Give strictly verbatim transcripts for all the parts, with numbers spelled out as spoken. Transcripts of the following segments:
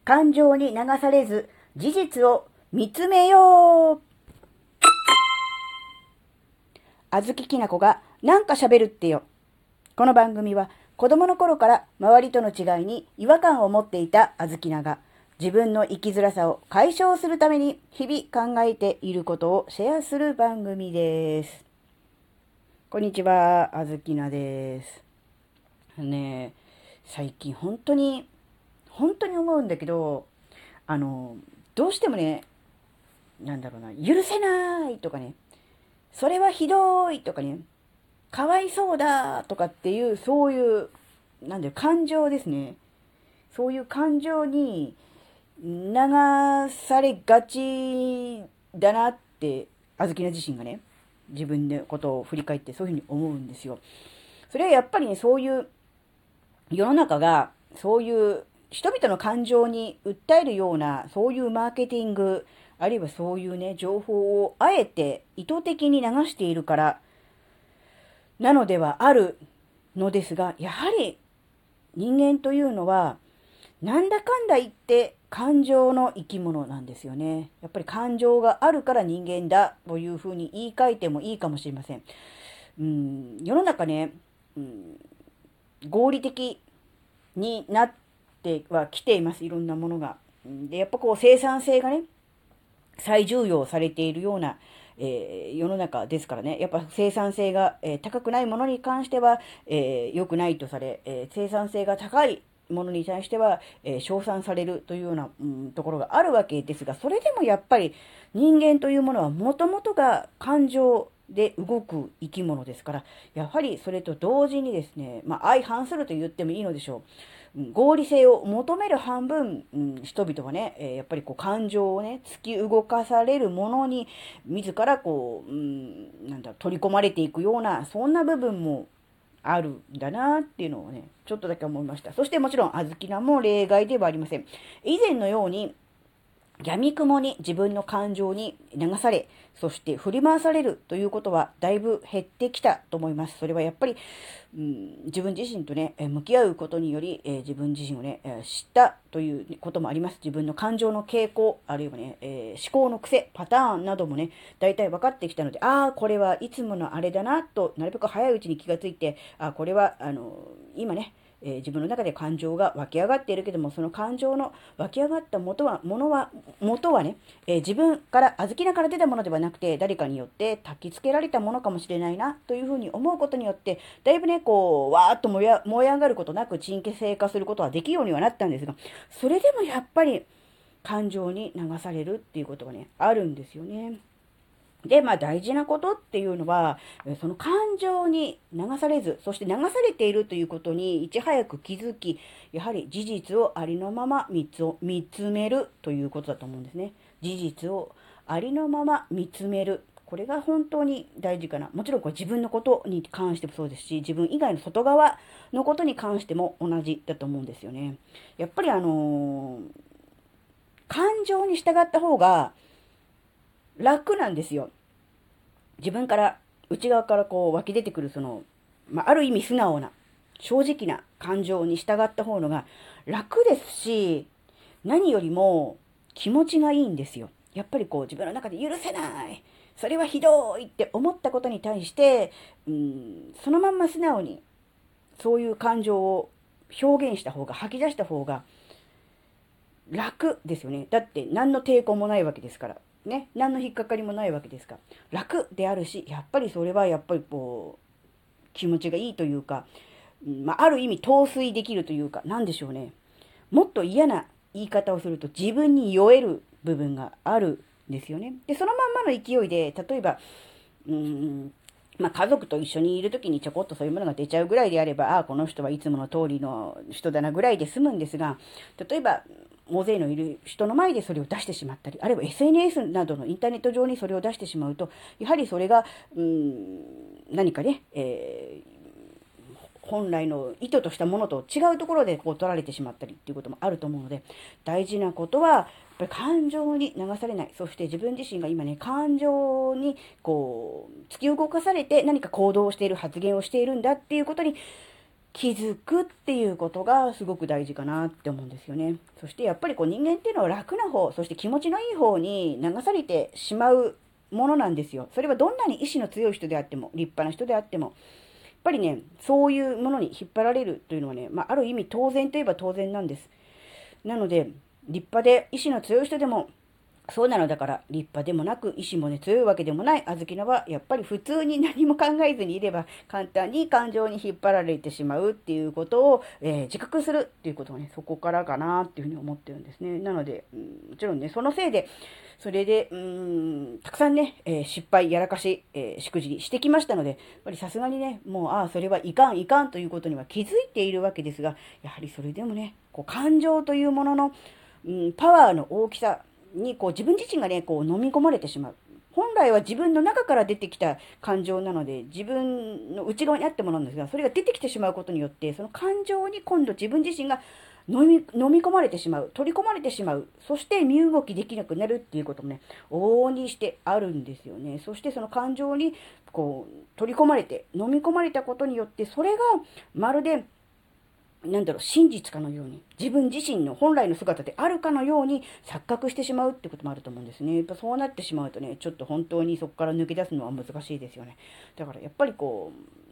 感情に流されず、事実を見つめよう。あずききなこがなんか喋るってよ。この番組は子供の頃から周りとの違いに違和感を持っていたあずきなが自分の生きづらさを解消するために日々考えていることをシェアする番組です。こんにちは、あずきなです。ねえ、最近本当に本当に思うんだけど、あのどうしてもね、なんだろうな、許せないとかね、それはひどいとかね、かわいそうだとかっていう、そういう、なんだよ、感情ですね。そういう感情に流されがちだなって、あずきな自身がね、自分のことを振り返ってそういうふうに思うんですよ。それはやっぱりね、そういう世の中が、そういう人々の感情に訴えるような、そういうマーケティング、あるいはそういうね、情報をあえて意図的に流しているからなのではあるのですが、やはり人間というのは、なんだかんだ言って感情の生き物なんですよね。やっぱり感情があるから人間だというふうに言い換えてもいいかもしれません。うん、世の中ね、うん、合理的になってはきています。いろんなものが。で、やっぱこう生産性がね、最重要されているような、えー世の中ですからね。やっぱ生産性が、えー高くないものに関しては、えー良くないとされ、えー生産性が高いものに対しては、えー称賛されるというような、うん、ところがあるわけですが、それでもやっぱり人間というものはもともとが感情で動く生き物ですから、やはりそれと同時にですね、まあ相反すると言ってもいいのでしょう。合理性を求める半分、うん、人々はね、えーやっぱりこう感情をね、突き動かされるものに、自らこう、うん、なんだ、取り込まれていくような、そんな部分もあるんだなっていうのをね、ちょっとだけ思いました。そしてもちろん、あずきなも例外ではありません。以前のように、闇雲に自分の感情に流され、そして振り回されるということはだいぶ減ってきたと思います。それはやっぱり、うん、自分自身とね、向き合うことにより、えー自分自身をね、えー知ったということもあります。自分の感情の傾向、あるいはね、えー思考の癖、パターンなどもね、大体分かってきたので、ああ、これはいつものあれだなと、なるべく早いうちに気がついて、あこれは、あの、今ね、えー自分の中で感情が湧き上がっているけども、その感情の湧き上がった元は、ものは、元はね、えー自分から、小豆菜から出たものではなくて、誰かによって焚き付けられたものかもしれないな、というふうに思うことによって、だいぶね、こう、わーっと燃え燃え上がることなく、鎮静化することはできるようにはなったんですが、それでもやっぱり、感情に流されるっていうことがね、あるんですよね。で、まあ大事なことっていうのは、その感情に流されず、そして流されているということにいち早く気づき、やはり事実をありのまま見つ見つめるということだと思うんですね。事実をありのまま見つめる。これが本当に大事かな。もちろんこれ自分のことに関してもそうですし、自分以外の外側のことに関しても同じだと思うんですよね。やっぱりあのー感情に従った方が楽なんですよ。自分から内側からこう湧き出てくるその、まあ、ある意味素直な正直な感情に従った方のが楽ですし、何よりも気持ちがいいんですよ。やっぱりこう自分の中で許せない、それはひどいって思ったことに対して、うん、そのまんま素直にそういう感情を表現した方が、吐き出した方が楽ですよね。だって何の抵抗もないわけですから。ね。何の引っかかりもないわけですから。楽であるし、やっぱりそれはやっぱりこう、気持ちがいいというか、まあ、ある意味陶酔できるというか、なんでしょうね。もっと嫌な言い方をすると自分に酔える部分があるんですよね。で、そのまんまの勢いで、例えば、うーん、まあ、家族と一緒にいるときにちょこっとそういうものが出ちゃうぐらいであれば、ああ、この人はいつもの通りの人だなぐらいで済むんですが、例えば、大勢のいる人の前でそれを出してしまったり、あるいは エスエヌエス などのインターネット上にそれを出してしまうと、やはりそれが、うーん、何かね、えー本来の意図としたものと違うところでこう取られてしまったりっていうこともあると思うので、大事なことは、やっぱり感情に流されない。そして自分自身が今ね、感情にこう、突き動かされて何か行動をしている、発言をしているんだっていうことに気づくっていうことがすごく大事かなって思うんですよね。そしてやっぱりこう人間っていうのは楽な方、そして気持ちのいい方に流されてしまうものなんですよ。それはどんなに意志の強い人であっても、立派な人であっても、やっぱりね、そういうものに引っ張られるというのはね、まあ、ある意味当然といえば当然なんです。なので、立派で意志の強い人でも、そうなのだから、立派でもなく、意志もね、強いわけでもない小豆菜は、やっぱり普通に何も考えずにいれば、簡単に感情に引っ張られてしまうっていうことを、えー自覚するっていうことがね、そこからかなっていうふうに思ってるんですね。なので、うん、もちろんね、そのせいで、それで、うーん、たくさんね、えー失敗、やらかし、えーしくじりしてきましたので、やっぱりさすがにね、もう、ああ、それはいかん、いかんということには気づいているわけですが、やはりそれでもね、こう、感情というものの、うん、パワーの大きさにこう自分自身がね、こう飲み込まれてしまう。本来は自分の中から出てきた感情なので、自分の内側にあったものなんですが、それが出てきてしまうことによって、その感情に今度自分自身が飲み、飲み込まれてしまう、取り込まれてしまう、そして身動きできなくなるっていうこともね、往々にしてあるんですよね。そしてその感情にこう取り込まれて、飲み込まれたことによって、それがまるでなんだろう、真実かのように、自分自身の本来の姿であるかのように錯覚してしまうってこともあると思うんですね。やっぱそうなってしまうとね、ちょっと本当にそこから抜け出すのは難しいですよね。だからやっぱりこう、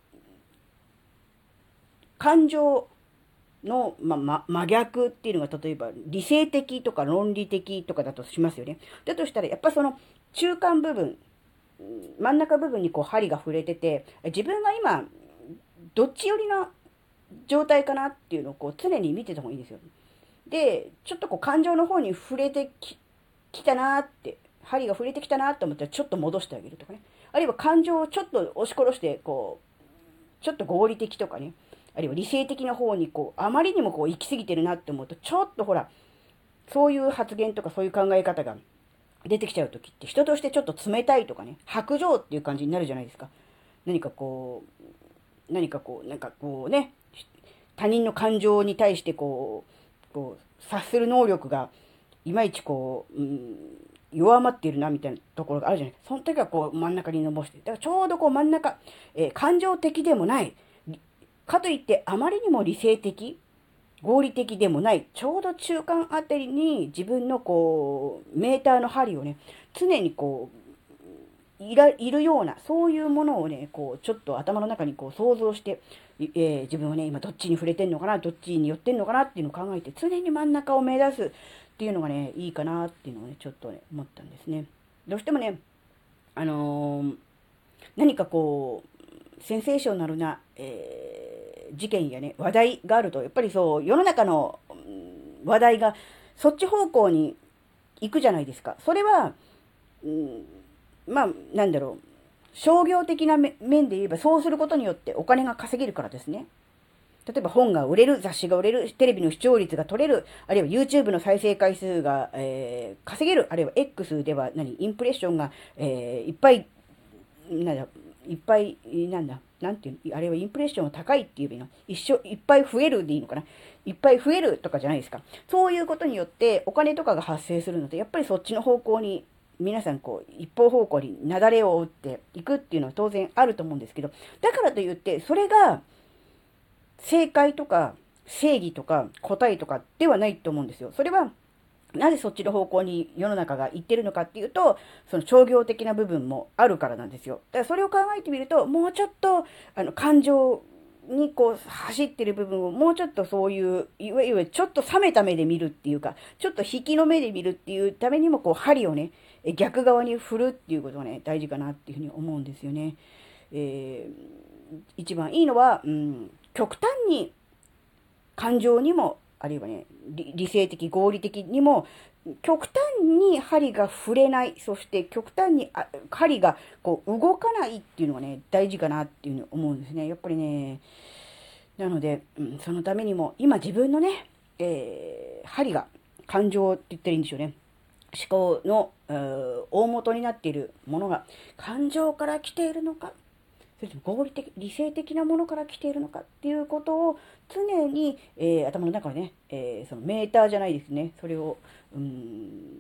感情の、ま、ま、真逆っていうのが例えば理性的とか論理的とかだとしますよね。だとしたらやっぱその中間部分、真ん中部分にこう針が触れてて、自分が今、どっち寄りの状態かなっていうのをこう常に見てた方がいいんですよ。で、ちょっとこう感情の方に触れてききたなーって、針が触れてきたなと思ったらちょっと戻してあげるとかね。あるいは感情をちょっと押し殺して、こう、ちょっと合理的とかね。あるいは理性的な方にこう、あまりにもこう行き過ぎてるなって思うと、ちょっとほら、そういう発言とかそういう考え方が出てきちゃうときって人としてちょっと冷たいとかね、白状っていう感じになるじゃないですか。何かこう、何かこう、なんかこうね、他人の感情に対してこう、こう、察する能力が、いまいちこう、うん、弱まっているな、みたいなところがあるじゃない。その時はこう、真ん中に伸ばして。だからちょうどこう、真ん中、えー感情的でもない。かといって、あまりにも理性的、合理的でもない。ちょうど中間あたりに自分のこう、メーターの針をね、常にこう、いら、いるような、そういうものをね、こう、ちょっと頭の中にこう想像して、えー自分はね、今どっちに触れてんのかな、どっちに寄ってんのかなっていうのを考えて、常に真ん中を目指すっていうのがね、いいかなっていうのをね、ちょっとね、思ったんですね。どうしてもね、あのー何かこう、センセーショナルな、えー事件やね、話題があると、やっぱりそう、世の中のうん話題がそっち方向に行くじゃないですか。それは、うんまあ、なんだろう。商業的なめ面で言えば、そうすることによってお金が稼げるからですね。例えば本が売れる、雑誌が売れる、テレビの視聴率が取れる、あるいは YouTube の再生回数が、えー稼げる、あるいは X では何、インプレッションが、えーいっぱい、なんだ、いっぱい、なんだ、なんていうの、あれはインプレッションが高いって言えばいいの。一緒、いっぱい増えるでいいのかな。いっぱい増えるとかじゃないですか。そういうことによってお金とかが発生するので、やっぱりそっちの方向に皆さんこう一方方向に雪崩を打っていくっていうのは当然あると思うんですけど、だからといってそれが正解とか正義とか答えとかではないと思うんですよ。それはなぜそっちの方向に世の中が行ってるのかっていうと、その商業的な部分もあるからなんですよ。だからそれを考えてみると、もうちょっとあの感情にこう走ってる部分をもうちょっとそういう、いわゆるちょっと冷めた目で見るっていうか、ちょっと引きの目で見るっていうためにもこう針をね、逆側に振るっていうことがね、大事かなっていうふうに思うんですよね。えー、一番いいのは、うん、極端に感情にも、あるいはね、理理性的、合理的にも、極端に針が触れない、そして極端にあ針がこう動かないっていうのがね、大事かなっていうふうに思うんですね。やっぱりね、なので、うん、そのためにも、今自分のね、えー、針が、感情って言ったらいいんでしょうね。思考の、えー大元になっているものが、感情から来ているのか、それとも合理的、理性的なものから来ているのかっていうことを常に、えー頭の中でね、えーそのメーターじゃないですね。それを、うん、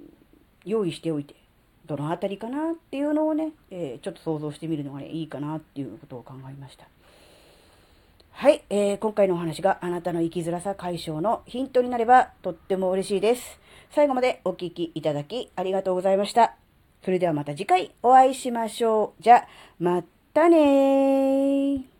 用意しておいて、どのあたりかなっていうのをね、えーちょっと想像してみるのがね、いいかなっていうことを考えました。 はい、えー今回のお話があなたの生きづらさ解消のヒントになればとっても嬉しいです。最後までお聞きいただきありがとうございました。それではまた次回お会いしましょう。じゃ、またねー。